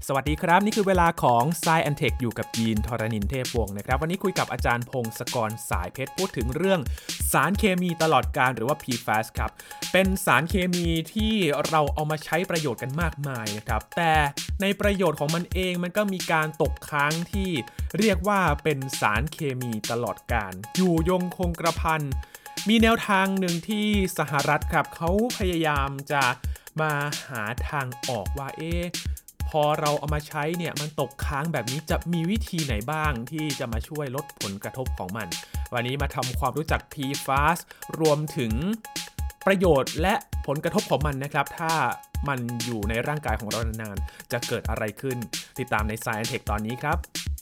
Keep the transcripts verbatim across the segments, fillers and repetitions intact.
สวัสดีครับนี่คือเวลาของ Science แอนด์ Tech อยู่กับยีนทรณินเทพวงศ์นะครับวันนี้คุยกับอาจารย์พงศกรสายเพชรพูดถึงเรื่องสารเคมีตลอดกาลหรือว่า พี แฟส ครับเป็นสารเคมีที่เราเอามาใช้ประโยชน์กันมากมายนะครับแต่ในประโยชน์ของมันเองมันก็มีการตกค้างที่เรียกว่าเป็นสารเคมีตลอดกาลอยู่ยงคงกระพันมีแนวทางหนึ่งที่สหรัฐครับเขาพยายามจะมาหาทางออกว่าเอ๊ะพอเราเอามาใช้เนี่ยมันตกค้างแบบนี้จะมีวิธีไหนบ้างที่จะมาช่วยลดผลกระทบของมันวันนี้มาทำความรู้จัก พี แฟส รวมถึงประโยชน์และผลกระทบของมันนะครับถ้ามันอยู่ในร่างกายของเรานานๆจะเกิดอะไรขึ้นติดตามใน Science แอนด์ Tech ตอนนี้ครับ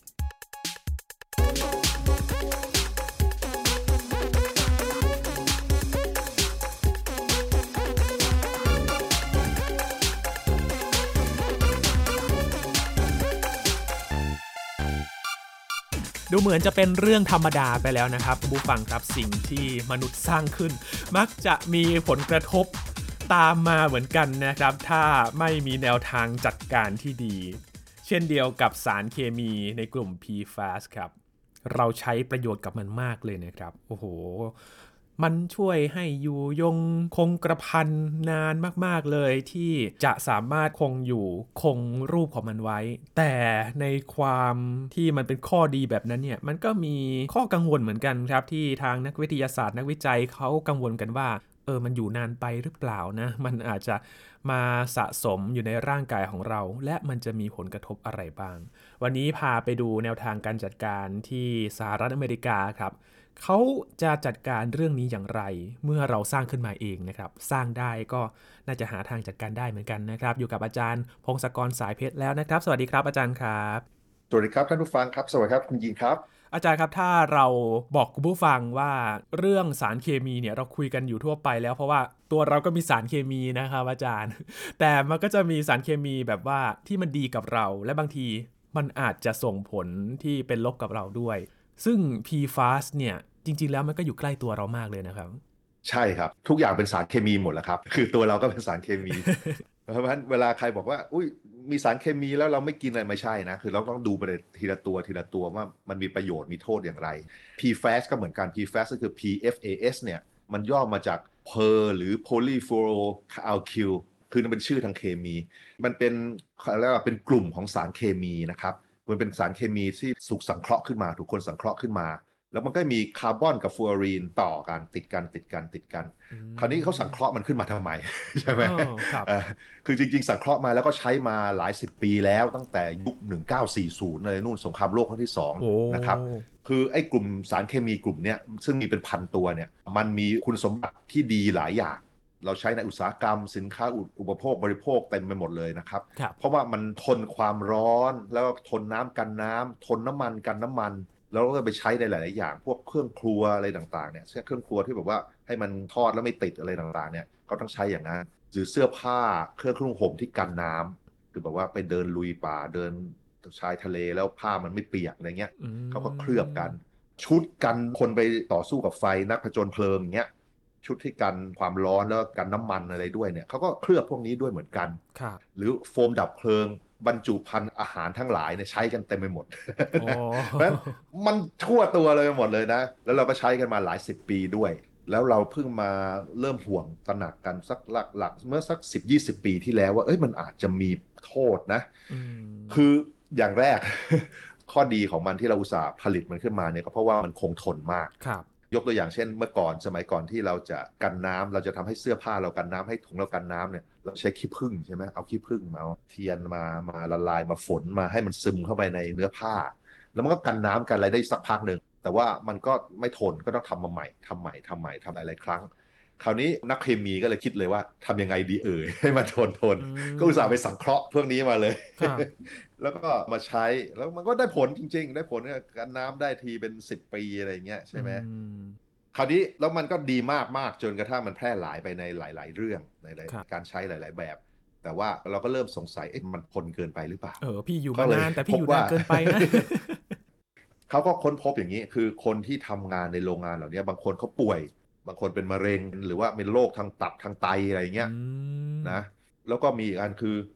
ดูเหมือนจะเป็นเรื่องธรรมดาไปแล้วนะครับคุณผู้ฟังครับสิ่งที่มนุษย์สร้างขึ้นมักจะมีผลกระทบตามมาเหมือนกันนะครับถ้าไม่มีแนวทางจัดการที่ดีเช่นเดียวกับสารเคมีในกลุ่ม พี แฟส ครับเราใช้ประโยชน์กับมันมากเลยนะครับโอ้โหมันช่วยให้อยู่ยงคงกระพันนานมากๆเลยที่จะสามารถคงอยู่คงรูปของมันไว้แต่ในความที่มันเป็นข้อดีแบบนั้นเนี่ยมันก็มีข้อกังวลเหมือนกันครับที่ทางนักวิทยาศาสตร์นักวิจัยเขากังวลกันว่าเออมันอยู่นานไปหรือเปล่านะมันอาจจะมาสะสมอยู่ในร่างกายของเราและมันจะมีผลกระทบอะไรบ้างวันนี้พาไปดูแนวทางการจัดการที่สหรัฐอเมริกาครับเขาจะจัดการเรื่องนี้อย่างไรเมื่อเราสร้างขึ้นมาเองนะครับสร้างได้ก็น่าจะหาทางจัดการได้เหมือนกันนะครับอยู่กับอาจารย์พงศกรสายเพชรแล้วนะครับสวัสดีครับอาจารย์ครับสวัสดีครับท่านผู้ฟังครับสวัสดีครับคุณยินครับอาจารย์ครับถ้าเราบอกคุณผู้ฟังว่าเรื่องสารเคมีเนี่ยเราคุยกันอยู่ทั่วไปแล้วเพราะว่าตัวเราก็มีสารเคมีนะครับอาจารย์แต่มันก็จะมีสารเคมีแบบว่าที่มันดีกับเราและบางทีมันอาจจะส่งผลที่เป็นลบกับเราด้วยซึ่ง พี แฟส เนี่ยจริงๆแล้วมันก็อยู่ใกล้ตัวเรามากเลยนะครับใช่ครับทุกอย่างเป็นสารเคมีหมดแล้วครับคือตัวเราก็เป็นสารเคมี เพราะฉะนั้นเวลาใครบอกว่าอุ้ยมีสารเคมีแล้วเราไม่กินอะไรไม่ใช่นะคือเราต้องดูไปทีละตัวทีละตัวว่ามันมีประโยชน์มีโทษอย่างไร พี แฟส ก็เหมือนกัน พี แฟส ก็คือ พี เอฟ เอ เอส เนี่ยมันย่อมาจาก per หรือ polyfluoroalkyl คือมันเป็นชื่อทางเคมีมันเป็นเรียกว่าเป็นกลุ่มของสารเคมีนะครับมันเป็นสารเคมีที่ถูกสังเคราะห์ขึ้นมาถูกคนสังเคราะห์ขึ้นมาแล้วมันก็มีคาร์บอนกับฟลูออรีนต่อกันติดกันติดกันติดกันคราวนี้เขาสังเคราะห์มันขึ้นมาทำไมใช่ไหมคือจริงๆสังเคราะห์มาแล้วก็ใช้มาหลายสิบปีแล้วตั้งแต่ยุคหนึ่งเก้าสี่ศูนย์เลยนู่นสงครามโลกครั้งที่สองนะครับคือไอ้กลุ่มสารเคมีกลุ่มนี้ซึ่งมีเป็นพันตัวเนี่ยมันมีคุณสมบัติที่ดีหลายอย่างเราใช้ในอุตสาหกรรมสินค้าอุปโภคบริโภคเต็มไปหมดเลยนะครับเพราะว่ามันทนความร้อนแล้วทนน้ำกันน้ำทนน้ำมันกันน้ำมันแล้วก็ไปใช้ในหลายๆอย่างพวกเครื่องครัวอะไรต่างๆเนี่ยเครื่องครัวที่แบบว่าให้มันทอดแล้วไม่ติดอะไรต่างๆเนี่ยเขาต้องใช้อย่างนั้นหรือเสื้อผ้าเครื่องนุ่งห่มที่กันน้ำคือแบบว่าไปเดินลุยป่าเดินชายทะเลแล้วผ้ามันไม่เปียกอะไรเงี้ยเขาก็เคลือบกันชุดกันคนไปต่อสู้กับไฟนักผจญเพลิงอย่างเงี้ยชุดที่กันความร้อนแล้วกันน้ำมันอะไรด้วยเนี่ยเขาก็เคลือบพวกนี้ด้วยเหมือนกันหรือโฟมดับเพลิงบรรจุภัณฑ์อาหารทั้งหลายเนี่ยใช้กันเต็มไปหมดเพราะฉะนั้นมันทั่วตัวเลยหมดเลยนะแล้วเราก็ใช้กันมาหลายสิบปีด้วยแล้วเราเพิ่งมาเริ่มห่วงตระหนักกันสักหลักๆเมื่อสักสิบยี่สิบปีที่แล้วว่าเอ้ยมันอาจจะมีโทษนะคืออย่างแรกข้อดีของมันที่เราอุตส่าห์ผลิตมันขึ้นมาเนี่ยก็เพราะว่ามันคงทนมากยกตัวอย่างเช่นเมื่อก่อนสมัยก่อนที่เราจะกันน้ำเราจะทำให้เสื้อผ้าเรากันน้ำให้ถุงเรากันน้ำเนี่ยเราใช้ขี้ผึ้งใช่ไหมเอาขี้ผึ้งมาเอาเทียนมามาละลายมาฝนมาให้มันซึมเข้าไปในเนื้อผ้าแล้วมันก็กันน้ำกันอะไรได้สักพักหนึ่งแต่ว่ามันก็ไม่ทนก็ต้องทำมาใหม่ทำใหม่ทำใหม่ทำหลายๆครั้งคราวนี้นักเคมีก็เลยคิดเลยว่าทำยังไงดีเอ่ยให้มันทนทนก็อุตส่าห์ไปสังเคราะห์พวกนี้มาเลยแล้วก็มาใช้แล้วมันก็ได้ผลจริงๆได้ผลกันน้ำได้ทีเป็นสิบปีอะไรเงี้ยใช่ไหมคราวนี้แล้วมันก็ดีมากมากจนกระทั่งมันแพร่หลายไปในหลายๆเรื่องในการใช้หลายๆแบบแต่ว่าเราก็เริ่มสงสัยเอ๊ะมันทนเกินไปหรือเปล่าเออพี่อยู่มานานแต่พี่อยู่นานเกินไปนะเขาก็ค้นพบอย่างนี้คือคนที่ทำงานในโรงงานเหล่านี้บางคนเขาป่วยบางคนเป็นมะเร็งหรือว่าเป็นโรคทางตับทางไตอะไรเงี้ยนะแล้วก็มีอีกอันคือ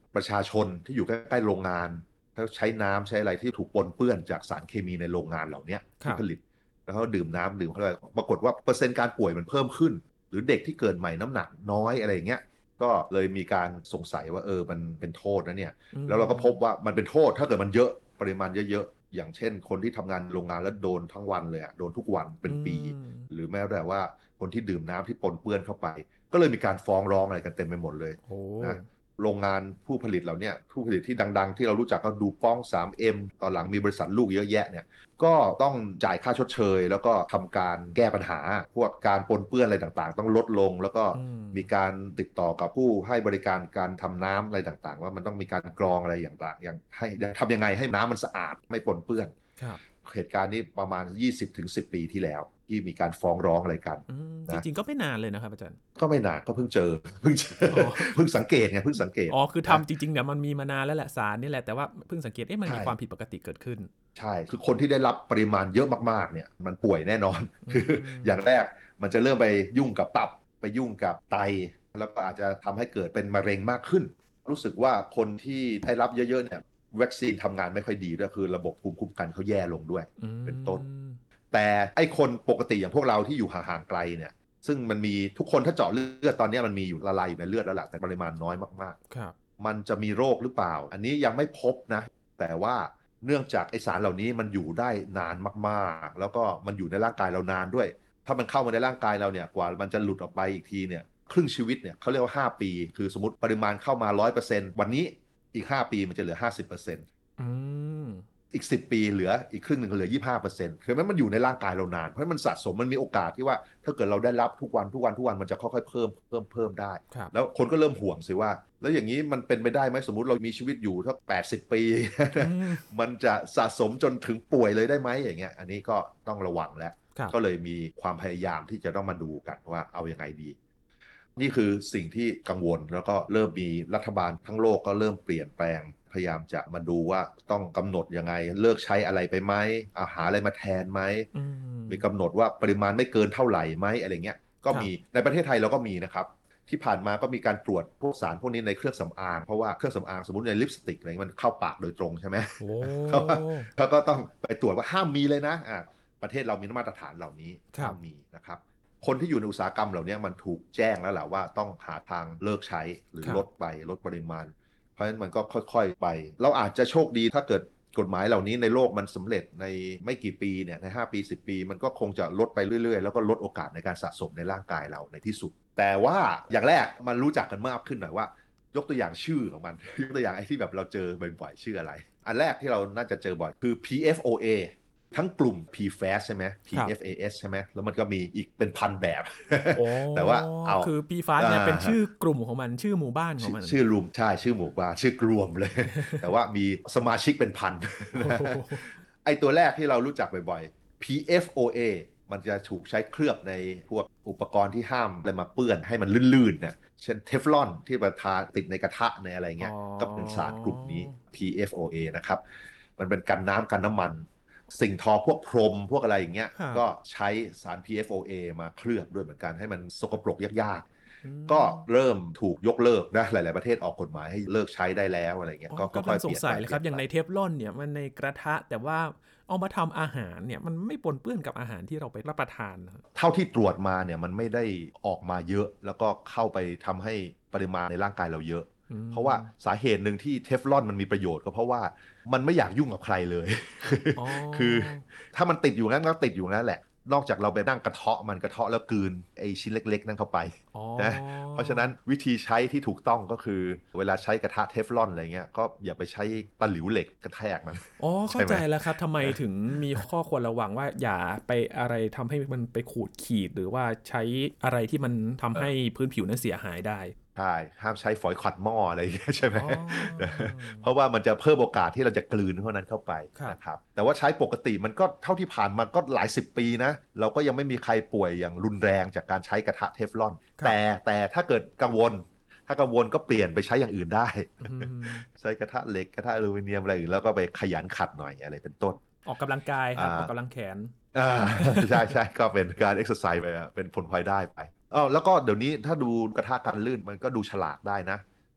ประชาชนที่อยู่ใกล้ๆโรงงานถ้าใช้น้ำใช้อะไรที่ถูกปนเปื้อนจากสารเคมีในโรงงานเหล่านี้ที่ผลิตแล้วเขาดื่มน้ำดื่มเข้าไปปรากฏว่าเปอร์เซ็นต์การป่วยมันเพิ่มขึ้นหรือเด็กที่เกิดใหม่น้ำหนักน้อยอะไรอย่างเงี้ยก็เลยมีการสงสัยว่าเออมันเป็นโทษนะเนี่ยแล้วเราก็พบว่ามันเป็นโทษถ้าเกิดมันเยอะปริมาณเยอะๆอย่างเช่นคนที่ทำงานโรงงานแล้วโดนทั้งวันเลยอะโดนทุกวันเป็นปีหรือแม้แต่ว่าคนที่ดื่มน้ำที่ปนเปื้อนเข้าไปก็เลยมีการฟ้องร้องอะไรกันเต็มไปหมดเลยนะโรงงานผู้ผลิตเหล่านี้ผู้ผลิตที่ดังๆที่เรารู้จักก็ดูป้อง ทรี เอ็ม ตอนหลังมีบริษัทลูกเยอะแยะเนี่ยก็ต้องจ่ายค่าชดเชยแล้วก็ทำการแก้ปัญหาพวกการปนเปื้อนอะไรต่างๆต้องลดลงแล้วก็มีการติดต่อกับผู้ให้บริการการทำน้ำอะไรต่างๆว่ามันต้องมีการกรองอะไรอย่างต่างอย่างให้ทำยังไงให้น้ำมันสะอาดไม่ปนเปื้อนเหตุการณ์นี้ประมาณ ยี่สิบถึงสิบ ปีที่แล้วที่มีการฟ้องร้องอะไรกันจริงๆก็ไม่นานเลยนะครับอาจารย์ก็ไม่นานก็เพิ่งเจอเพิ่งเจอเพิ่งสังเกตไงเพิ่งสังเกตอ๋อคือทำจริงๆเนี่ยมันมีมานานแล้วแหละสารนี่แหละแต่ว่าเพิ่งสังเกตเอ๊ะมันมีความผิดปกติเกิดขึ้นใช่คือคนที่ได้รับปริมาณเยอะมากๆเนี่ยมันป่วยแน่นอนคืออย่างแรกมันจะเริ่มไปยุ่งกับตับไปยุ่งกับไตแล้วก็อาจจะทำให้เกิดเป็นมะเร็งมากขึ้นรู้สึกว่าคนที่ได้รับเยอะๆเนี่ยวัคซีนทำงานไม่ค่อยดีด้วยคือระบบภูมิคุ้มกันเขาแย่ลงด้วยเป็นต้นแต่ไอ้คนปกติอย่างพวกเราที่อยู่ห่างๆไกลเนี่ยซึ่งมันมีทุกคนถ้าเจาะเลือดตอนนี้มันมีอยู่ละลายอยู่ในเลือดแล้วแหละแต่ปริมาณน้อยมากๆมันจะมีโรคหรือเปล่าอันนี้ยังไม่พบนะแต่ว่าเนื่องจากไอสารเหล่านี้มันอยู่ได้นานมากๆแล้วก็มันอยู่ในร่างกายเรานานด้วยถ้ามันเข้ามาในร่างกายเราเนี่ยกว่ามันจะหลุดออกไปอีกทีเนี่ยครึ่งชีวิตเนี่ยเขาเรียกว่าห้าปีคือสมมติปริมาณเข้ามา ร้อยเปอร์เซ็นต์ วันนี้อีกห้าปีมันจะเหลือ ห้าสิบเปอร์เซ็นต์อืมอีกสิบปีเหลืออีกครึ่งหนึ่งเหลือ ยี่สิบห้าเปอร์เซ็นต์ คือมันอยู่ในร่างกายเรานานเพราะมันสะสมมันมีโอกาสที่ว่าถ้าเกิดเราได้รับทุกวันทุกวันทุกวันมันจะค่อยๆเพิ่มเพิ่มเพิ่มได้แล้วคนก็เริ่มห่วงสิว่าแล้วอย่างนี้มันเป็นไปได้ไหมสมมุติเรามีชีวิตอยู่สักแปดสิบปีมันจะสะสมจนถึงป่วยเลยได้ไหมอย่างเงี้ยอันนี้ก็ต้องระวังแล้วก็เลยมีความพยายามที่จะต้องมาดูกันว่าเอายังไงดีนี่คือสิ่งที่กังวลแล้วก็เริ่มมีรัฐบาลทั้งโลกก็เริ่มเปลี่ยนแปลงพยายามจะมาดูว่าต้องกำหนดยังไงเลิกใช้อะไรไปไหมอาหาอะไรมาแทนไหมมีกำหนดว่าปริมาณไม่เกินเท่าไหร่ไหมอะไรเงี้ยก็มีในประเทศไทยเราก็มีนะครับที่ผ่านมาก็มีการตรวจพวกสารพวกนี้ในเครื่องสำอางเพราะว่าเครื่องสำอางสมมติในลิปสติกอะไรมันเข้าปากโดยตรงใช่ไหมเขาก็ต้องไปตรวจว่าห้ามมีเลยนะอ่ะประเทศเรามีมาตรฐานเหล่านี้ห้ามมีนะครับคนที่อยู่ในอุตสาหกรรมเหล่านี้มันถูกแจ้งแล้วแหละว่าต้องหาทางเลิกใช้หรือลดไปลดปริมาณเพราะฉะนั้นมันก็ค่อยๆไปเราอาจจะโชคดีถ้าเกิดกฎหมายเหล่านี้ในโลกมันสำเร็จในไม่กี่ปีเนี่ยในห้าปีสิบปีมันก็คงจะลดไปเรื่อยๆแล้วก็ลดโอกาสในการสะสมในร่างกายเราในที่สุดแต่ว่าอย่างแรกมันรู้จักกันมากขึ้นหน่อยว่ายกตัวอย่างชื่อของมันยกตัวอย่างไอ้ที่แบบเราเจอบ่อยๆชื่ออะไรอันแรกที่เราน่าจะเจอบ่อยคือ พี เอฟ โอ เอทั้งกลุ่ม พี แฟส ใช่ไหม พี เอฟ เอ เอส ใช่ไหมแล้วมันก็มีอีกเป็นพันแบบแต่ว่าเอาคือ พี แฟส เนี่ยเป็นชื่อกลุ่มของมันชื่อหมู่บ้านของมันชื่อรวมใช่ชื่อหมู่บ้านชื่อกรวมเลยแต่ว่ามีสมาชิกเป็นพันไอตัวแรกที่เรารู้จักบ่อยๆ พี เอฟ โอ เอ มันจะถูกใช้เคลือบในพวกอุปกรณ์ที่ห้ามอะไรมาเปื้อนให้มันลื่นๆเนี่ยเช่นเทฟลอนที่ประทาติดในกระทะในอะไรเงี้ยก็เป็นสารกลุ่มนี้ พี เอฟ โอ เอ นะครับมันเป็นกันน้ำกันน้ำมันสิ่งทอพวกพรมพวกอะไรอย่างเงี้ยก็ใช้สาร พี เอฟ โอ เอ มาเคลือบด้วยเหมือนกันให้มันสกปรกยากๆก็เริ่มถูกยกเลิกนะหลายๆประเทศออกกฎหมายให้เลิกใช้ได้แล้วอะไรเงี้ยก็ค่อยๆเปลี่ยนไปสงสัยเลยครับอย่างในเทฟลอนเนี่ยมันในกระทะแต่ว่าเอามาทำอาหารเนี่ยมันไม่ปนเปื้อนกับอาหารที่เราไปรับประทานเท่าที่ตรวจมาเนี่ยมันไม่ได้ออกมาเยอะแล้วก็เข้าไปทำให้ปริมาณในร่างกายเราเยอะเพราะว่าสาเหตุหนึ่งที่เทฟลอนมันมีประโยชน์ก็เพราะว่ามันไม่อยากยุ่งกับใครเลยคือถ้ามันติดอยู่งั้นก็ติดอยู่งั้นแหละนอกจากเราไปนั่งกระเทาะมันกระเทาะแล้วกลืนไอชิ้นเล็กๆนั่นเข้าไปนะเพราะฉะนั้นวิธีใช้ที่ถูกต้องก็คือเวลาใช้กระทะเทฟลอนอะไรเงี้ยก็อย่าไปใช้ตะหลิวเหล็กกระแทกมันอ๋อเข้าใจแล้วครับทำไมถึงมีข้อควรระวังว่าอย่าไปอะไรทำให้มันไปขูดขีดหรือว่าใช้อะไรที่มันทำให้พื้นผิวนั้นเสียหายได้ใช่ห้ามใช้ฝอยขัดหม้ออะไรอย่างเงี้ยใช่ไหมเพราะว่ามันจะเพิ่มโอกาสที่เราจะกลืนเท่านั้นเข้าไปนะครับแต่ว่าใช้ปกติมันก็เท่าที่ผ่านมาก็หลายสิบปีนะเราก็ยังไม่มีใครป่วยอย่างรุนแรงจากการใช้กระทะเทฟลอนแต่แต่ถ้าเกิดกังวลถ้ากังวลก็เปลี่ยนไปใช้อย่างอื่นได้ใช้กระทะเหล็กกระทะอลูมิเนียมอะไรอื่นแล้วก็ไปขยันขัดหน่อยอะไรเป็นต้นออกกำลังกายครับออกกำลังแขนใช่ใช่ก็เป็นการเอ็กซ์ไซส์ไปเป็นผลพลอยได้ไปอ๋อแล้วก็เดี๋ยวนี้ถ้าดูกระทะกันลื่นมันก็ดูฉลาดได้นะ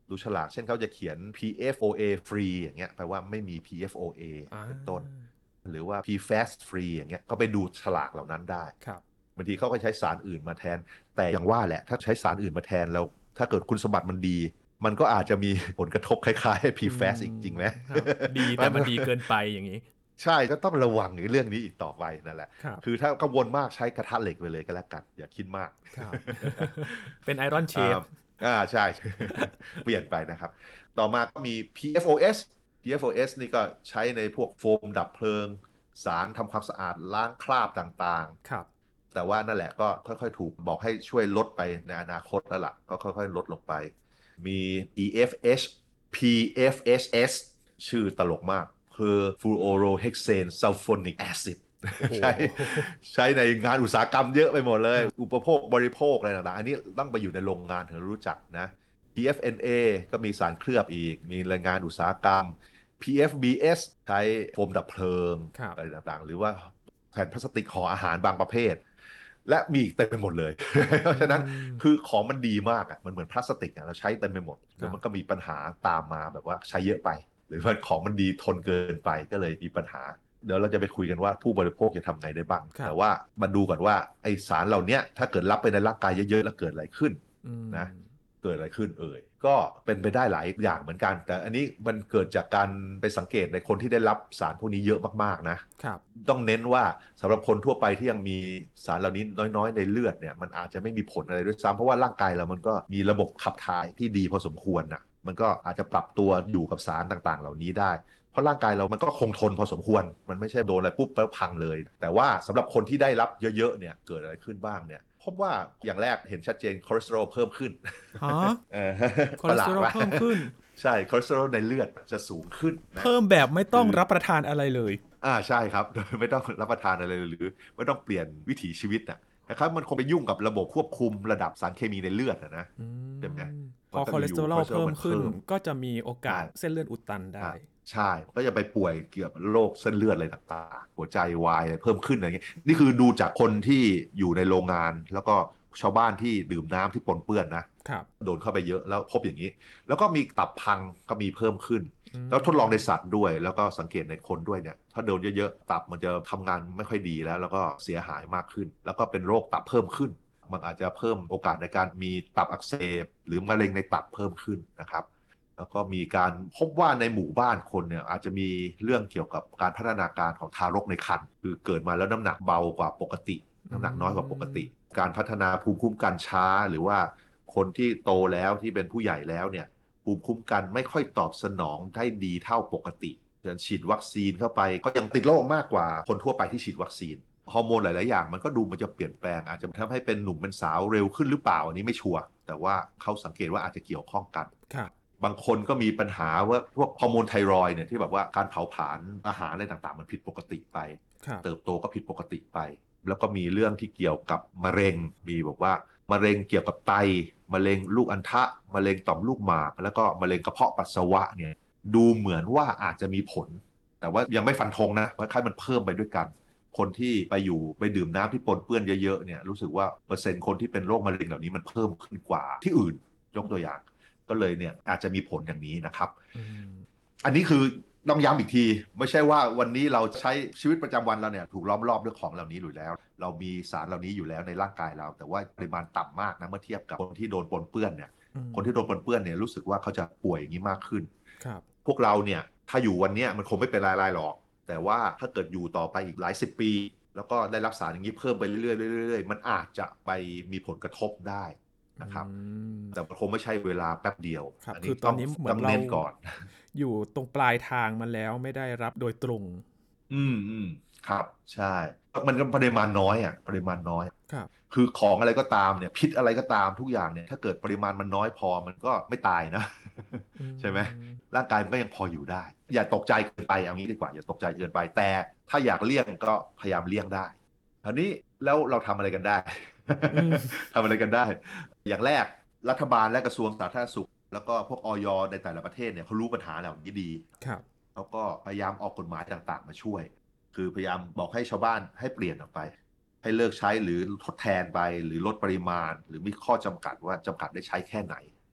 ดูฉลากเช่นเขาจะเขียน พี เอฟ โอ เอ free อย่างเงี้ยแปลว่าไม่มี พี เอฟ โอ เออ่าเป็นต้นหรือว่า พี แฟส free อย่างเงี้ยก็ไปดูฉลากเหล่านั้นได้ครับบางทีเขาก็ใช้สารอื่นมาแทนแต่อย่างว่าแหละถ้าใช้สารอื่นมาแทนแล้วถ้าเกิดคุณสมบัติมันดีมันก็อาจจะมีผลกระทบคล้ายๆอืพี แฟส อีกจริงไหมมครับดีแต่มันดีเกินไปอย่างนี้ใช่ก็ต้องระวังในเรื่องนี้อีกต่อไปนั่นแหละครับคือถ้ากังวลมากใช้กระทะเหล็กไปเลยก็แล้วกันอย่าคิดมากครับเป็นไอรอนเชฟอ่าอ่าใช่ เปลี่ยนไปนะครับต่อมาก็มี พี เอฟ โอ เอส พี เอฟ โอ เอส นี่ก็ใช้ในพวกโฟมดับเพลิงสารทำความสะอาดล้างคราบต่างครับๆแต่ว่านั่นแหละก็ค่อยๆถูกบอกให้ช่วยลดไปในอนาคตแล้วล่ะก็ค่อยๆลดลงไปมี พี เอฟ เอช พี เอฟ เอช เอส ชื่อตลกมาก perfluorohexane sulfonic acid โอ้โหใช้ใช้ในงานอุตสาหกรรมเยอะไปหมดเลย อุปโภคบริโภคอะไรต่างๆอันนี้ต้องไปอยู่ในโรงงานถึงรู้จักนะ พี เอฟ เอ็น เอ ก็มีสารเคลือบอีก มีแรงงานอุตสาหกรรม พี เอฟ บี เอส ใช้โฟมดับเพลิงครับอะไรต่างๆ หรือว่าแผ่นพลาสติกห่ออาหารบางประเภท และมีอีกเต็มไปหมดเลย เพราะฉะนั้นคือของมันดีมากอ่ะมันเหมือนพลาสติกอ่ะเราใช้เต็มไปหมดแล้วมันก็มีปัญหาตามมาแบบว่าใช้เยอะไป หรือว่าของมันดีทนเกินไปก็เลยมีปัญหา เดี๋ยวเราจะไปคุยกันว่าผู้บริโภคจะทำไงได้บ้างครับแต่ว่ามาดูก่อนว่าไอสารเหล่านี้ถ้าเกิดรับไปในร่างกายเยอะๆแล้วเกิดอะไรขึ้นอืมนะเกิดอะไรขึ้นเอ่ยก็เป็นไปได้หลายอย่างเหมือนกัน แต่อันนี้มันเกิดจากการไปสังเกตในคนที่ได้รับสารพวกนี้เยอะมากๆนะครับ ต้องเน้นว่าสำหรับคนทั่วไปที่ยังมีสารเหล่านี้น้อยๆในเลือดเนี่ยมันอาจจะไม่มีผลอะไรด้วยซ้ำเพราะว่าร่างกายเรามันก็มีระบบขับถ่ายที่ดีพอสมควรนะมันก็อาจจะปรับตัวอยู่กับสารต่างๆ เหล่านี้ได้ เพราะร่างกายเรามันก็คงทนพอสมควร มันไม่ใช่โดนอะไรปุ๊บแล้วพังเลย แต่ว่าสำหรับคนที่ได้รับเยอะๆเนี่ยเกิดอะไรขึ้นบ้างเนี่ยพบว่าอย่างแรกเห็นชัดเจนคอเลสเตอรอลเพิ่มขึ้นฮะเออคอเลสเตอรอลประหลาดเพิ่มขึ้นใช่คอเลสเตอรอลในเลือดจะสูงขึ้นนะเพิ่มแบบไม่ต้องคือรับประทานอะไรเลยอ่าใช่ครับ โดยไม่ต้องรับประทานอะไรเลยหรือไม่ต้องเปลี่ยนวิถีชีวิตนะนะครับมันคงไปยุ่งกับระบบควบคุมระดับสารเคมีในเลือดนะนะอืมใช่ไหมพอคอเลสเตอรอลเพิ่มขึ้น ก็จะมีโอกาสใช่เส้นเลือดอุดตันได้ใช่ก็จะไปป่วยเกี่ยวกับโรคเส้นเลือดอะไรต่างๆหัวใจวายอะไรเพิ่มขึ้นอะไรเงี้ยนี่คือดูจากคนที่อยู่ในโรงงาน แล้วก็ชาวบ้านที่ดื่มน้ำที่ปนเปื้อนนะครับ โดนเข้าไปเยอะแล้วพบอย่างนี้ แล้วก็มีตับพังก็มีเพิ่มขึ้นอืมแล้วทดลองในสัตว์ด้วย แล้วก็สังเกตในคนด้วยเนี่ยถ้าโดนเยอะๆตับมันจะทำงานไม่ค่อยดีแล้ว แล้วก็เสียหายมากขึ้น แล้วก็เป็นโรคตับเพิ่มขึ้น มันอาจจะเพิ่มโอกาสในการมีตับอักเสบหรือมะเร็งในตับเพิ่มขึ้นนะครับแล้วก็มีการพบว่าในหมู่บ้านคนเนี่ยอาจจะมีเรื่องเกี่ยวกับการพัฒนาการของทารกในครรภ์คือเกิดมาแล้วน้ำหนักเบากว่าปกติ น้ำหนักน้อยกว่าปกติ การพัฒนาภูมิคุ้มกันช้าหรือว่าคนที่โตแล้วที่เป็นผู้ใหญ่แล้วเนี่ยภูมิคุ้มกันไม่ค่อยตอบสนองได้ดีเท่าปกติเช่นฉีดวัคซีนเข้าไปก็ยังติดโรคมากกว่าคนทั่วไปที่ฉีดวัคซีนฮอร์โมนหลายๆอย่างมันก็ดูมันจะเปลี่ยนแปลงอาจจะทำให้เป็นหนุ่มเป็นสาวเร็วขึ้นหรือเปล่าอันนี้ไม่ชัวร์แต่ว่าเขาสังเกตว่าอาจจะเกี่ยวข้องกันครับบางคนก็มีปัญหาว่าพวกฮอร์โมนไทรอยด์เนี่ยที่แบบว่าการเผาผลาญอาหารอะไรต่างๆ มันผิดปกติไปครับเติบโตก็ผิดปกติไป แล้วก็มีเรื่องที่เกี่ยวกับมะเร็งมีบอกว่ามะเร็งเกี่ยวกับไตมะเร็งลูกอัณฑะมะเร็งต่อมลูกหมาก แล้วก็มะเร็งกระเพาะปัสสาวะเนี่ยดูเหมือนว่าอาจจะมีผล แต่ว่ายังไม่ฟันธงนะว่าค่ายมันเพิ่มไปด้วยกัน คนที่ไปอยู่ไปดื่มน้ำที่ปนเปื้อนเยอะๆเนี่ยรู้สึกว่าเปอร์เซ็นต์คนที่เป็นโรคมะเร็งเหล่านี้มันเพิ่มขึ้นกว่าที่อื่นยกตัวอย่าง ก็เลยเนี่ยอาจจะมีผลอย่างนี้นะครับอืมอันนี้คือต้องย้ำอีกที ไม่ใช่ว่าวันนี้เราใช้ชีวิตประจำวันเราเนี่ยถูกล้อมรอบด้วยของเหล่านี้อยู่แล้ว เรามีสารเหล่านี้อยู่แล้วในร่างกายเรา แต่ว่าปริมาณต่ำมากนะเมื่อเทียบกับคนที่โดนปนเปื้อนเนี่ยอืมคนที่โดนปนเปื้อนเนี่ยรู้สึกว่าเขาจะป่วยอย่างนี้มากขึ้นครับพวกเราเนี่ยถ้าอยู่วันเนี้ยมันคงไม่เป็นไรๆหรอก แต่ว่าถ้าเกิดอยู่ต่อไปอีกหลายสิบปี แล้วก็ได้รับสารอย่างนี้เพิ่มไปเรื่อยๆเรื่อยๆมันอาจจะไปมีผลกระทบได้นะครับอืมแต่มันคงไม่ใช่เวลาแป๊บเดียวครับอันคืนี้อตอนนี้เหมือนต้องเราเน้นก่อนอยู่ตรงปลายทางมันแล้วไม่ได้รับโดยตรงอืมอืมครับใช่มันก็ปริมาณน้อยอ่ะปริมาณน้อยครับคือของอะไรก็ตามเนี่ยพิษอะไรก็ตามทุกอย่างเนี่ยถ้าเกิดปริมาณมันน้อยพอมันก็ไม่ตายนะอืมใช่ไหมร่างกายมันก็ยังพออยู่ได้ อย่าตกใจเกินไปเอางี้ดีกว่าอย่าตกใจเกินไปแต่ถ้าอยากเลี่ยงก็พยายามเลี่ยงได้คราวนี้แล้วเราทำอะไรกันได้อืมทำอะไรกันได้ อย่างแรกรัฐบาลและกระทรวงสาธารณสุข แล้วก็พวกอย ในแต่ละประเทศเนี่ยเขารู้ปัญหาเหล่านี้ดีครับเขาก็พยายามออกกฎหมายต่างๆ มาช่วย คือพยายามบอกให้ชาวบ้านให้เปลี่ยนออกไป ให้เลิกใช้หรือทดแทนไปหรือลดปริมาณ หรือมีข้อจำกัดว่าจำกัดได้ใช้แค่ไหน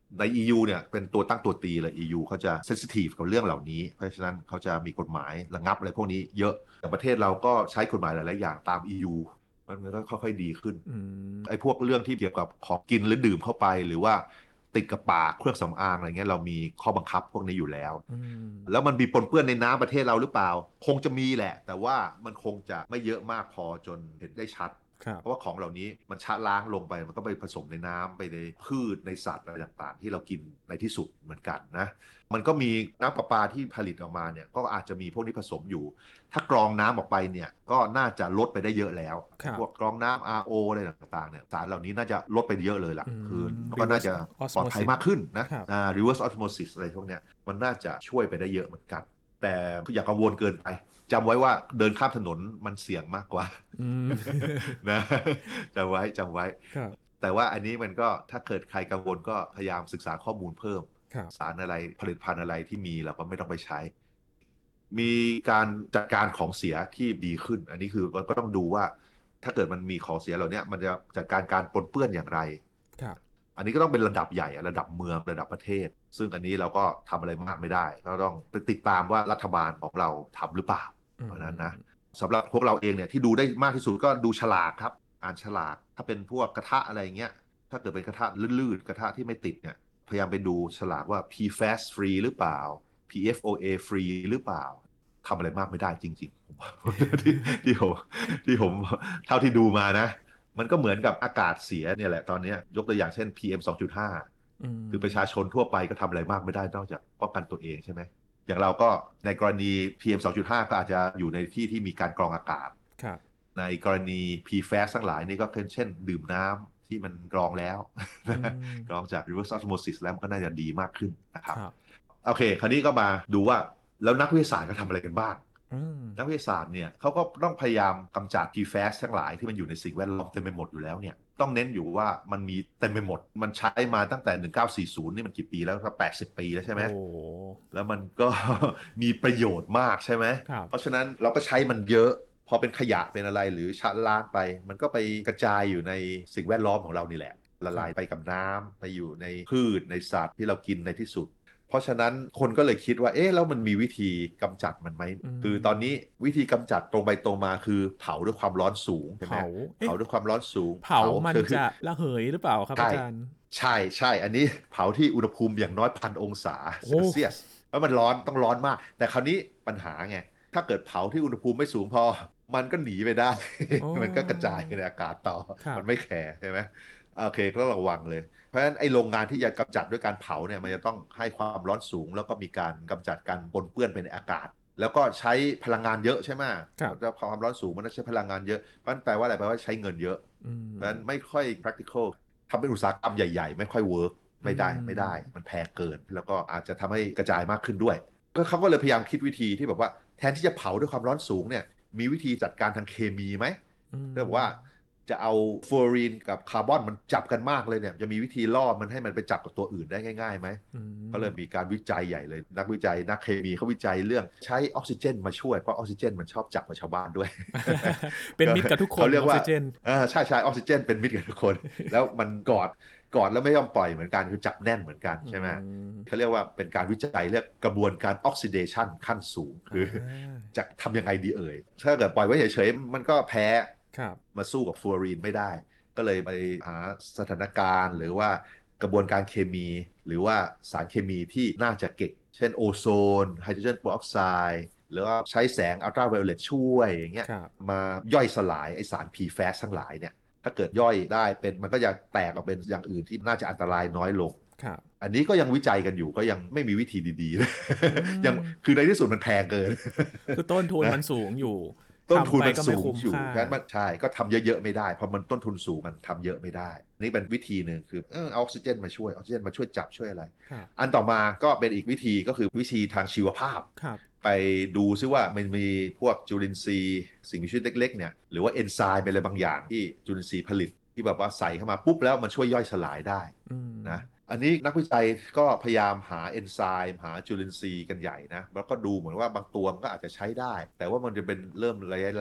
ใน อี ยู เนี่ยเป็นตัวตั้งตัวตีเลย อี ยู เขาจะเซนซิทีฟกับเรื่องเหล่านี้เพราะฉะนั้นเขาจะมีกฎหมายระงับอะไรพวกนี้เยอะแต่ประเทศเราก็ใช้กฎหมายหลายๆอย่างตาม อี ยู มันก็ค่อยๆดีขึ้นไอ้พวกเรื่องที่เกี่ยวกับของกินหรือดื่มเข้าไปหรือว่าติดกับปากเครื่องสำอางอะไรเงี้ยเรามีข้อบังคับพวกนี้อยู่แล้วแล้วมันมีปนเปื้อนในน้ำประเทศเราหรือเปล่าคงจะมีแหละแต่ว่ามันคงจะไม่เยอะมากพอจนเห็นได้ชัดเพราะว่าของเหล่านี้มันชะล้างลงไปมันก็ไปผสมในน้ำไปในพืชในสัตว์อะไรต่างๆที่เรากินในที่สุดเหมือนกันนะมันก็มีน้ำประปาที่ผลิตออกมาเนี่ยก็อาจจะมีพวกนี้ผสมอยู่ถ้ากรองน้ำออกไปเนี่ยก็น่าจะลดไปได้เยอะแล้วพวกกรองน้ำ อาร์ โอ อะไรต่างๆเนี่ยสารเหล่านี้น่าจะลดไปเยอะเลยล่ะคือก็น่าจะปลอดภัยมากขึ้นนะ reverse osmosis อะไรพวกเนี้ยมันน่าจะช่วยไปได้เยอะเหมือนกันแต่อย่ากังวลเกินไปจำไว้ว่าเดินข้ามถนนมันเสี่ยงมากกว่านะจำไว้จำไว้แต่ว่าอันนี้มันก็ถ้าเกิดใครกังวลก็พยายามศึกษาข้อมูลเพิ่มสารอะไรผลิตภัณฑ์อะไรที่มีเราก็ไม่ต้องไปใช้มีการจัดการของเสียที่ดีขึ้นอันนี้คือมันก็ต้องดูว่าถ้าเกิดมันมีของเสียเหล่านี้มันจะจัดการการปนเปื้อนอย่างไรอันนี้ก็ต้องเป็นระดับใหญ่ระดับเมืองระดับประเทศซึ่งอันนี้เราก็ทำอะไรมากไม่ได้เราต้องไปติดตามว่ารัฐบาลของเราทำหรือเปล่าเพราะนั้นนะสำหรับพวกเราเองเนี่ยที่ดูได้มากที่สุดก็ดูฉลากครับอ่านฉลากถ้าเป็นพวกกระทะอะไรเงี้ยถ้าเกิดเป็นกระทะลื่นๆกระทะที่ไม่ติดเนี่ยพยายามไปดูฉลากว่า พี แฟส free หรือเปล่า พี เอฟ โอ เอ free หรือเปล่าทำอะไรมากไม่ได้จริงๆที่ที่ผมที่ผมเท่าที่ดูมานะมันก็เหมือนกับอากาศเสียเนี่ยแหละตอนนี้ยกตัวอย่างเช่น พี เอ็ม สองจุดห้า คือประชาชนทั่วไปก็ทำอะไรมากไม่ได้นอกจากป้องกันตัวเองใช่ไหมอย่างเราก็ในกรณี พี เอ็ม สองจุดห้า ก็อาจจะอยู่ในที่ที่มีการกรองอากาศในกรณี พี แฟส ทั้งหลายนี่ก็เช่นดื่มน้ำที่มันกรองแล้วกรองจาก reverse osmosis แล้วมันก็น่าจะดีมากขึ้นนะครับโอเคคราวนี้ก็มาดูว่าแล้วนักวิทยาศาสตร์เขาทำอะไรกันบ้างนักวิทยาศาสตร์เนี่ยเขาก็ต้องพยายามกำจัด พี แฟส ทั้งหลายที่มันอยู่ในสิ่งแวดล้อมเต็มไปหมดอยู่แล้วเนี่ยต้องเน้นอยู่ว่ามันมีเต็มไปหมดมันใช้มาตั้งแต่หนึ่งเก้าสี่ศูนย์นี่มันกี่ปีแล้วก็แปดสิบปีแล้วใช่ไหมแล้วมันก็ มีประโยชน์มากใช่ไหมเพราะฉะนั้นเราก็ใช้มันเยอะพอเป็นขยะเป็นอะไรหรือชะล้างไปมันก็ไปกระจายอยู่ในสิ่งแวดล้อมของเรานี่แหละละลายไปกับน้ำไปอยู่ในพืชในสัตว์ที่เรากินในที่สุดเพราะฉะนั้นคนก็เลยคิดว่าเอ๊ะแล้วมันมีวิธีกำจัดมันไหมคือตอนนี้วิธีกำจัดตรงไปตรงมาคือเผาด้วยความร้อนสูงใช่ไหมเผาด้วยความร้อนสูงเผามันจะระเหยหรือเปล่าครับอาจารย์ใช่ใช่อันนี้เผาที่อุณหภูมิอย่างน้อยพันองศาเซลเซียสแล้วมันร้อนต้องร้อนมากแต่คราวนี้ปัญหาไงถ้าเกิดเผาที่อุณหภูมิไม่สูงพอมันก็หนีไปได้มันก็กระจายในอากาศต่อมันไม่แคร์ใช่ไหมโอเคก็ระวังเลยเพราะฉะนั้นไอ้โรงงานที่จะกำจัดด้วยการเผาเนี่ยมันจะต้องให้ความร้อนสูงแล้วก็มีการกำจัดการปนเปื้อนไปในอากาศแล้วก็ใช้พลังงานเยอะใช่ไหมแล้วความร้อนสูงมันต้องใช้พลังงานเยอะเพราะนั้นแปลว่าอะไรแปลว่าใช้เงินเยอะเพราะฉะนั้นไม่ค่อย practical ทำเป็นอุตสาหกรรมใหญ่ๆไม่ค่อย work ไม่ได้ไม่ได้มันแพงเกินแล้วก็อาจจะทำให้กระจายมากขึ้นด้วยก็เขาก็เลยพยายามคิดวิธีที่แบบว่าแทนที่จะเผาด้วยความร้อนสูงเนี่ยมีวิธีจัดการทางเคมีไหมเรียกว่าจะเอาฟลูออรีนกับคาร์บอนมันจับกันมากเลยเนี่ยจะมีวิธีล่อมันให้มันไปจับกับตัวอื่นได้ง่ายๆไหมก็เลยมีการวิจัยใหญ่เลยนักวิจัยนักเคมีเขาวิจัยเรื่องใช้ออกซิเจนมาช่วยเพราะออกซิเจนมันชอบจับกับชาวบ้านด้วยเป็นมิตรกับทุกคนเขาเรียกว่าออกซิเจนใช่ใช่ออกซิเจนเป็นมิตรกับทุกคนแล้วมันกอดกอดแล้วไม่ยอมปล่อยเหมือนกันคือจับแน่นเหมือนกันใช่ไหมเขาเรียกว่าเป็นการวิจัยเรียกกระบวนการออกซิเดชันขั้นสูงคือจะทำยังไงดีเอ่ยถ้าเกิดปล่อยไว้เฉยๆมันก็แพ้มาสู้กับฟลูออรีนไม่ได้ก็เลยไปหาสถานการณ์หรือว่ากระบวนการเคมีหรือว่าสารเคมีที่น่าจะเก่งเช่นโอโซนไฮโดรเจนเปอร์ออกไซด์หรือว่าใช้แสงอัลตราไวโอเลตช่วยอย่างเงี้ยมาย่อยสลายไอสาร พี แฟส ทั้งหลายเนี่ยถ้าเกิดย่อยได้เป็นมันก็จะแตกออกเป็นอย่างอื่นที่น่าจะอันตรายน้อยลงอันนี้ก็ยังวิจัยกันอยู่ก็ยังไม่มีวิธีดีๆยังคือในที่สุดมันแพงเกินคือต้นทุนมันสูงอยู่ต้นทุนมันสูงอยู่งั้นมันใช่ก็ทำเยอะๆไม่ได้เพราะมันต้นทุนสูงมันทำเยอะไม่ได้นี่เป็นวิธีหนึ่งคือเออเอาออกซิเจนมาช่วยออกซิเจนมาช่วยจับช่วยอะไรอันต่อมาก็เป็นอีกวิธีก็คือวิธีทางชีวภาพไปดูซิว่ามันมีพวกจุลินทรีย์สิ่งมีชีวิตเล็กๆเนี่ยหรือว่าเอนไซม์เป็นอะไรบางอย่างที่จุลินทรีย์ผลิตที่แบบว่าใส่เข้ามาปุ๊บแล้วมันช่วยย่อยสลายได้นะอันนี้นักวิจัยก็พยายามหาเอนไซม์หาจุลินทรีย์กันใหญ่นะแล้วก็ดูเหมือนว่าบางตัวมันก็อาจจะใช้ได้แต่ว่ามันจะเป็นเริ่มระยะแรก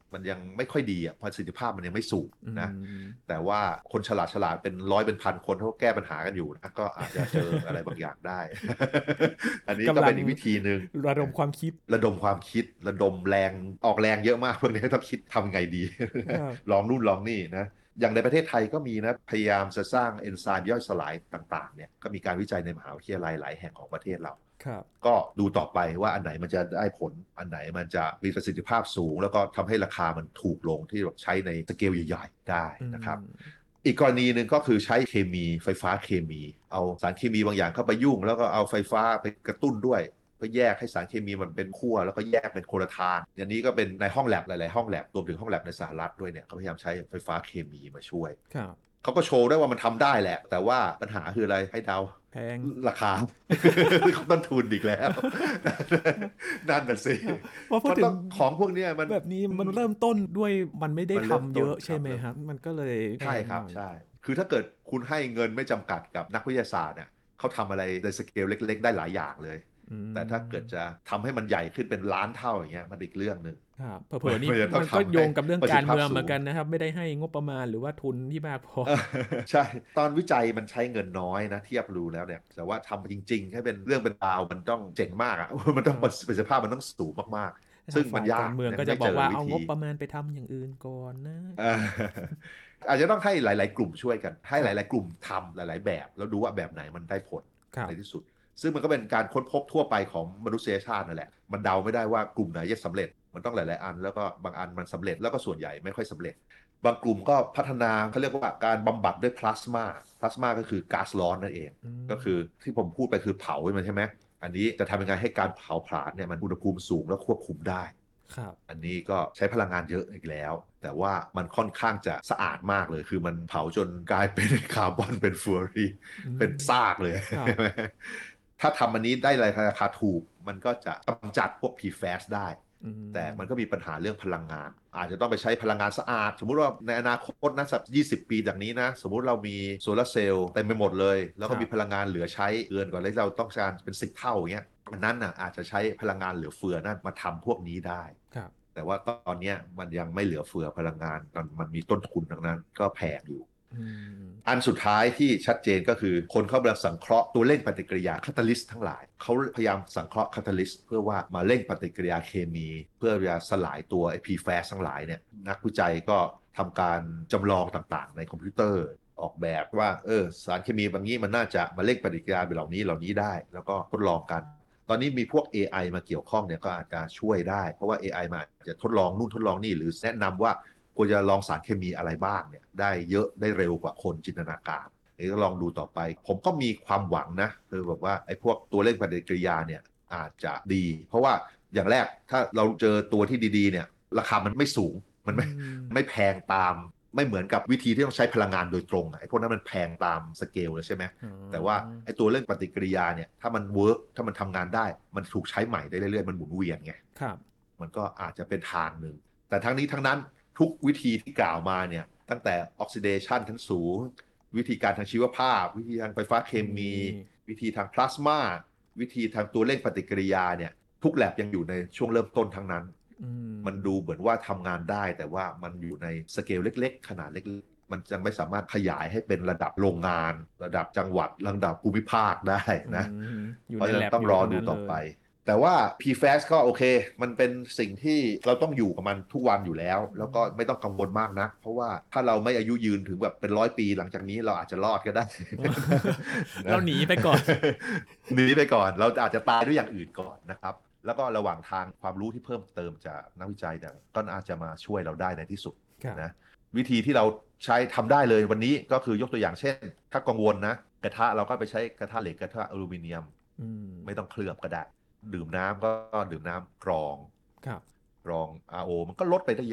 มันยังไม่ค่อยดีอ่ะประสิทธิภาพมันยังไม่สูงนะอืมแต่ว่าคนฉลาดฉลาดเป็นร้อยเป็นพันคนเขาแก้ปัญหากันอยู่นะก็อาจจะเจออะไรบางอย่างได้ อันนี้ก็กำลัเป็งนอีกวิธีหนึ่งระดมความคิดระดมความคิดระดมแรงออกแรงเยอะมากพวกนี้ต้องคิดทำไงดีครับลองนู่นลองนี่นะอย่างในประเทศไทยก็มีนะพยายามจะสร้างเอนไซม์ย่อยสลายต่างๆเนี่ยก็มีการวิจัยในมหาวิทยาลัยหลายแห่งของประเทศเราครับก็ดูต่อไปว่าอันไหนมันจะได้ผลอันไหนมันจะมีประสิทธิภาพสูง แล้วก็ทำให้ราคามันถูกลงที่ใช้ในสเกลใหญ่ๆได้นะครับอืมอีกกรณีหนึ่งก็คือใช้เคมีไฟฟ้าเคมี เอาสารเคมีบางอย่างเข้าไปยุ่ง แล้วก็เอาไฟฟ้าไปกระตุ้นด้วยเพื่อแยกให้สารเคมีมันเป็นขั้วแล้วก็แยกเป็นโคนละทางอย่างนี้ก็เป็นในห้องแลบหลายๆห้องแลบรวมถึงห้องแลบในสหรัฐด้วยเนี่ยเขาพยายามใช้ไฟฟ้าเคมีมาช่วยครับเขาก็โชว์ได้ว่ามันทำได้แหละ แต่ว่าปัญหาคืออะไรให้เดาแพงราคา ต้นทุนอีกแล้ว นั่นน่ะสิเพราะพูดมันถึต้อง งของพวกเนี้ยมันแบบนี้มันเริ่มต้นด้วยมันไม่ได้มันเริ่ทำมเยต้นอะใช่ไหมครับครับ มันก็เลยแพใช่งครับหน่อยใช่ คือถ้าเกิดคุณให้เงินไม่จำกัดกับนักวิทยาศาสตร์เนี่ยเขาทำอะไรในสเกลเล็ก ๆ ได้หลายอย่างเลยอืมแต่ถ้าเกิดจะทำให้มันใหญ่ขึ้นเป็นล้านเท่าอย่างเงี้ยมันอีกเรื่องหนึ่งครับเผลอๆนี่มันจะต้องมันก็ทำให้โยงกับเรื่องประสิกาทรธิภาพเมืองสูงเหมือนกันนะครับ ไม่ได้ให้งบประมาณหรือว่าทุนที่มากพอเออใช่ ตอนวิจัยมันใช้เงินน้อยนะเทียบดูแล้วเนี่ยแต่ว่าทำจริงๆให้เป็นเรื่องเป็นราวมันต้องเจ๋งมากอ่ะ มันต้องประสิทธิภาพมันต้องสูงมากๆ ซึ่งมันยากฝ่ายการเมืองยัก็จะไม่บอกว่าจเอาวิธีงบประมาณไปทำอย่างอื่นก่อนนะเอออาจจะต้องให้หลาย ๆ กลุ่มช่วยกัน ให้คหรับลาย ๆ กลุ่มทำหลาย ๆ แบบ แล้วดูว่าแบบไหนมันได้ผลครับในที่สุด ซึ่งมันก็เป็นการค้นพบทั่วไปของมนุษยชาตินั่นแหละ มันเดาไม่ได้ว่ากลุ่มไหนจะสำเร็จ มันต้องหลาย ๆ อัน แล้วก็บางอันมันสำเร็จแล้วก็ส่วนใหญ่ไม่ค่อยสำเร็จ บางกลุ่มก็พัฒนาเขาเรียกว่าการบำบัดด้วยพลาสมาพลาสมาก็คือก๊าซร้อนนั่นเองอืมก็คือที่ผมพูดไปคือเผามันใช่ไหมอันนี้จะทำยังไงให้การเผาผลาญเนี่ยมันอุณหภูมิสูงแล้วควบคุมได้ครับอันนี้ก็ใช้พลังงานเยอะอีกแล้ว แต่ว่ามันค่อนข้างจะสะอาดมากเลย คือมันเผาจนกลายเป็นคาร์บอนเป็นฟูออรีอืมเป็นซากเลยครับถ้าทำอันนี้ได้ราคาถูก มันก็จะกำจัดพวก พี แฟส ได้อืมแต่มันก็มีปัญหาเรื่องพลังงาน อาจจะต้องไปใช้พลังงานสะอาด สมมุติว่าในอนาคตนะสักยี่สิบปีจากนี้นะ สมมุติเรามีโซลาร์เซลล์เต็มไปหมดเลย แล้วก็มีพลังงานเหลือใช้เกินกว่าที่เราต้องการเป็นสิบเท่าอย่างเงี้ยอันนั้นน่ะอาจจะใช้พลังงานเหลือเฟือนั่นมาทำพวกนี้ได้ครับแต่ว่าตอนเนี้ยมันยังไม่เหลือเฟือพลังงานมันมันมีต้นทุนดังนั้นก็แพงอยู่อืมอันสุดท้ายที่ชัดเจนก็คือคนเขากำลังสังเคราะห์ตัวเร่งปฏิกิริยาคาตาลิสต์ทั้งหลายเขาพยายามสังเคราะห์คาตาลิสต์เพื่อว่ามาเร่งปฏิกิริยาเคมี เพื่อจะสลายตัวไอ้ พี แฟส ทั้งหลายเนี่ยนักวิจัยก็ทำการจำลองต่างๆในคอมพิวเตอร์ออกแบบว่าเออสารเคมีบางนี้มันน่าจะมาเร่งปฏิกิริยาเหล่านี้เหล่านี้ได้ แล้วก็ทดลองกัน ตอนนี้มีพวก เอ ไอ มาเกี่ยวข้องเนี่ยก็อาจจะช่วยได้เพราะว่า เอ ไอ มาจะทดลองนู่นทดลองนี่หรือแนะนำว่าควรจะลองสารเคมีอะไรบ้างเนี่ยได้เยอะได้เร็วกว่าคนจินตนาการนี่ก็ลองดูต่อไป ผมก็มีความหวังนะคือแบบว่าไอ้พวกตัวเร่งปฏิกิริยาเนี่ยอาจจะดี เพราะว่าอย่างแรกถ้าเราเจอตัวที่ดีๆเนี่ยราคามันไม่สูงมันไม่อืมไม่แพงตามไม่เหมือนกับวิธีที่ต้องใช้พลังงานโดยตรงอะไอ้พวกนั้นมันแพงตามสเกลเลยใช่ไหมอ๋อแต่ว่าไอ้ตัวเรื่องปฏิกิริยาเนี่ยถ้ามันเวิร์กถ้ามันทำงานได้มันถูกใช้ใหม่ได้เรื่อยๆมันหมุนเวียนไงครับมันก็อาจจะเป็นทางหนึ่ง แต่ทั้งนี้ทั้งนั้นทุกวิธีที่กล่าวมาเนี่ยตั้งแต่ออกซิเดชันชั้นสูง วิธีการทางชีวภาพ วิธีทางไฟฟ้าเคมีอืมวิธีทางพลาสมาวิธีทางตัวเร่งปฏิกิริยาเนี่ยทุกแลบยังอยู่ในช่วงเริ่มต้นทั้งนั้นอืมมันดูเหมือนว่าทำงานได้แต่ว่ามันอยู่ในสเกลเล็กๆ ขนาดเล็กๆ มันยังไม่สามารถขยายให้เป็นระดับโรงงาน ระดับจังหวัดระดับภูมิภาคได้นะอืมอยู่เพราะในฉะแลนั้นบต้องยู่รอเท่าดูนั้นต่อเลยไป แต่ว่า พี แฟส ก็โอเค มันเป็นสิ่งที่เราต้องอยู่กับมันทุกวันอยู่แล้ว แล้วก็ไม่ต้องกังวลมากนะ เพราะว่าถ้าเราไม่อายุยืนถึงแบบเป็นร้อยปีหลังจากนี้เราอาจจะรอดก็ได้เราหนีไปก่อนหนีไปก่อน เราอาจจะตายด้วยอย่างอื่นก่อนนะครับ แล้วก็ระหว่างทางความรู้ที่เพิ่มเติมจากนักวิจัยเนี่ยก็อาจจะมาช่วยเราได้ในที่สุดครับนะวิธีที่เราใช้ทำได้เลยวันนี้ก็คือยกตัวอย่างเช่น ถ้ากังวลนะกระทะเราก็ไปใช้กระทะเหล็กกระทะอลูมิเนียมอืมไม่ต้องเคลือบก็ได้ ดื่มน้ำก็ดื่มน้ำกรองครับกรอง อาร์ โอ มันก็ลดไปได้เยอะ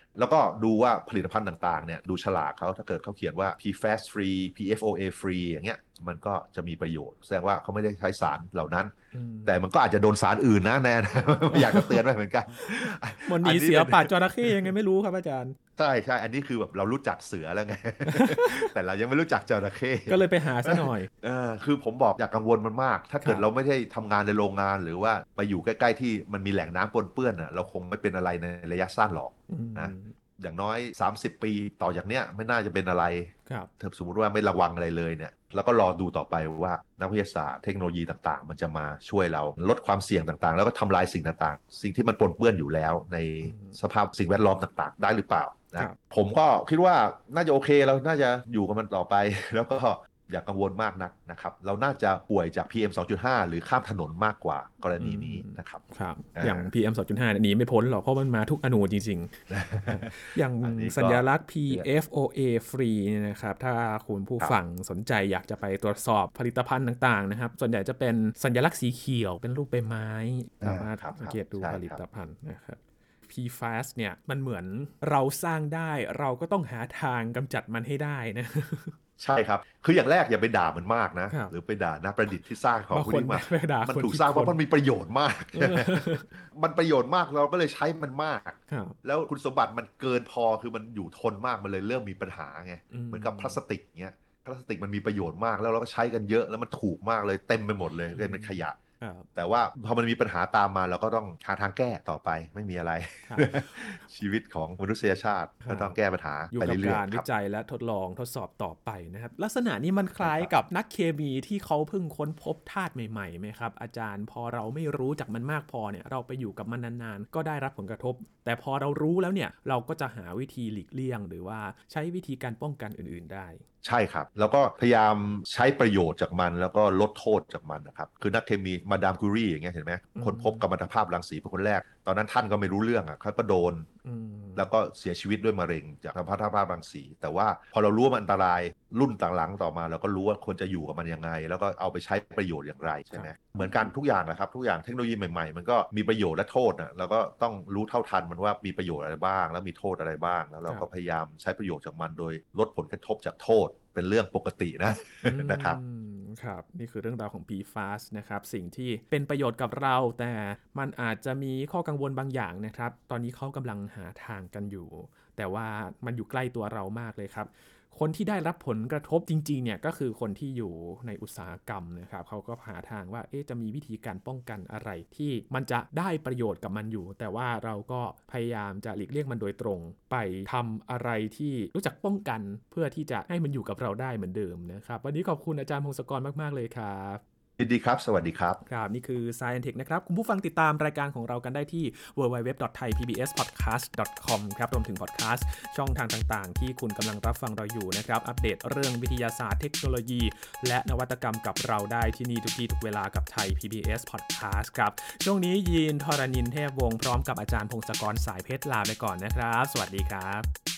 แล้วก็ดูว่าผลิตภัณฑ์ต่างๆเนี่ยดูฉลากเขาถ้าเกิดเขาเขียนว่า พี แฟส free พี เอฟ โอ เอ free อย่างเงี้ยมันก็จะมีประโยชน์แสดงว่าเขาไม่ได้ใช้สารเหล่านั้นแต่มันก็อาจจะโดนสารอื่นนะแน่นะ อยากจะเตือนไว้เหมือนกันมันหนีเสือป่าจระเข้ยังไงไม่รู้ครับอาจารย์ใช่ใช่อันนี้คือแบบเรารู้จักเสือแล้วไง แต่เรายังไม่รู้จักจระเข้ก็เลยไปหาซะหน่อยเออคือผมบอกอย่ากังวลมันมากถ้าเกิดเราไม่ได้ทำงานในโรงงานหรือว่าไปอยู่ใกล้ๆที่มันมีแหล่งน้ำปนเปื้อนอ่ะเราคงไม่เป็นอะไรในระยะสั้นหรอกนะอย่างน้อยสามสิบปีต่อจากเนี้ยไม่น่าจะเป็นอะไรถ้าสมมติว่าไม่ระวังอะไรเลยเนี่ยแล้วก็รอดูต่อไปว่านักวิทยาศาสตร์เทคโนโลยีต่างๆมันจะมาช่วยเราลดความเสี่ยงต่างๆแล้วก็ทำลายสิ่งต่างๆสิ่งที่มันปนเปื้อนอยู่แล้วในสภาพสิ่งแวดล้อมต่างๆได้หรือเปล่านะผมก็คิดว่าน่าจะโอเคเราน่าจะอยู่กับมันต่อไปแล้วก็อย่ากังวลมากนักนะครับเราน่าจะป่วยจาก พี เอ็ม สองจุดห้า หรือข้ามถนนมากกว่ากรณีนี้นะครับครับอย่าง พี เอ็ม สองจุดห้า หนีไม่พ้นหรอกเพราะมันมาทุกอนูจริงๆ อย่างสัญลักษณ์ พี เอฟ โอ เอ free เนี่ยนะครับถ้าคุณผู้ฟังสนใจอยากจะไปตรวจสอบผลิตภัณฑ์ต่างๆนะครับส่วนใหญ่จะเป็นสัญลักษณ์สีเขียวเป็นรูปใบไม้สามารถสังเกตดูผลิตภัณฑ์นะครับ พี แฟส เนี่ยมันเหมือนเราสร้างได้เราก็ต้องหาทางกำจัดมันให้ได้นะใช่ครับคืออย่างแรกอย่าไปด่ามันมากนะหรือไปด่านักประดิษฐ์ที่สร้างของพวกนี้มามันถูกสร้างเพราะมันมีประโยชน์มากมันประโยชน์มากเราก็เลยใช้มันมากแล้วคุณสมบัติมันเกินพอคือมันอยู่ทนมากมันเลยเริ่มมีปัญหาไงเหมือนกับพลาสติกเงี้ยพลาสติกมันมีประโยชน์มากแล้วเราก็ใช้กันเยอะแล้วมันถูกมากเลยเต็มไปหมดเลยเลยเป็นขยะแต่ว่าพอมันมีปัญหาตามมาเราก็ต้องหาทางแก้ต่อไปไม่มีอะไร ชีวิตของมนุษยชาติก็ต้องแก้ปัญหาอยู่กับการวิจัยและทดลองทดสอบต่อไปนะครับลักษณะนี้มันคล้ายกับนักเคมีที่เขาเพิ่งค้นพบธาตุใหม่ๆไหมครับอาจารย์พอเราไม่รู้จักมันมากพอเนี่ยเราไปอยู่กับมันนานๆก็ได้รับผลกระทบแต่พอเรารู้แล้วเนี่ยเราก็จะหาวิธีหลีกเลี่ยงหรือว่าใช้วิธีการป้องกันอื่นๆได้ใช่ครับแล้วก็พยายามใช้ประโยชน์จากมันแล้วก็ลดโทษจากมันนะครับคือนักเคมีมาดามคูรีอย่างเงี้ยเห็นไหมคนพบกัมมันตภาพรังสีเป็นคนแรกตอนนั้นท่านก็ไม่รู้เรื่องอ่ะเขาก็โดนแล้วก็เสียชีวิตด้วยมะเร็งจากกัมมันตภาพรังสีแต่ว่าพอเรารู้ว่ามันอันตรายรุ่นต่างหลังต่อมาเราก็รู้ว่าควรจะอยู่กับมันยังไงแล้วก็เอาไปใช้ประโยชน์อย่างไรใช่ไหมเหมือนกันทุกอย่างนะครับทุกอย่างเทคโนโลยีใหม่ๆมันก็มีประโยชน์และโทษนะเราก็ต้องรู้เท่าทันมันว่ามีประโยชน์อะไรบ้างแล้วมีโทษอะไรบ้างแล้วเราก็พยายามใช้ประโยชน์จากมันโดยลดผลกระทบจากโทษเป็นเรื่องปกตินะนะครับครับนี่คือเรื่องราวของ พี แฟส นะครับสิ่งที่เป็นประโยชน์กับเราแต่มันอาจจะมีข้อกังวลบางอย่างนะครับตอนนี้เขากำลังหาทางกันอยู่แต่ว่ามันอยู่ใกล้ตัวเรามากเลยครับคนที่ได้รับผลกระทบจริงๆเนี่ยก็คือคนที่อยู่ในอุตสาหกรรมนะครับเขาก็หาทางว่าเอ๊ะจะมีวิธีการป้องกันอะไรที่มันจะได้ประโยชน์กับมันอยู่แต่ว่าเราก็พยายามจะหลีกเลี่ยงมันโดยตรงไปทำอะไรที่รู้จักป้องกันเพื่อที่จะให้มันอยู่กับเราได้เหมือนเดิมนะครับวันนี้ขอบคุณอาจารย์พงศกรมากๆเลยครับยินดีครับสวัสดีครับครับนี่คือ Science Tech นะครับคุณผู้ฟังติดตามรายการของเรากันได้ที่ ดับเบิลยู ดับเบิลยู ดับเบิลยู ดอท ไทย พี บี เอส พอดแคสต์ ดอท คอม ครับรวมถึงพอดแคสต์ช่องทางต่างๆที่คุณกำลังรับฟังเราอยู่นะครับอัปเดตเรื่องวิทยาศาสตร์เทคโนโลยีและนวัตกรรมกับเราได้ที่นี่ทุกที่ทุกเวลากับไทย พี บี เอส Podcast ครับช่วงนี้ยีนทรณินเทพวงศ์พร้อมกับอาจารย์พงศกรสายเพชรลาไปก่อนนะครับสวัสดีครับ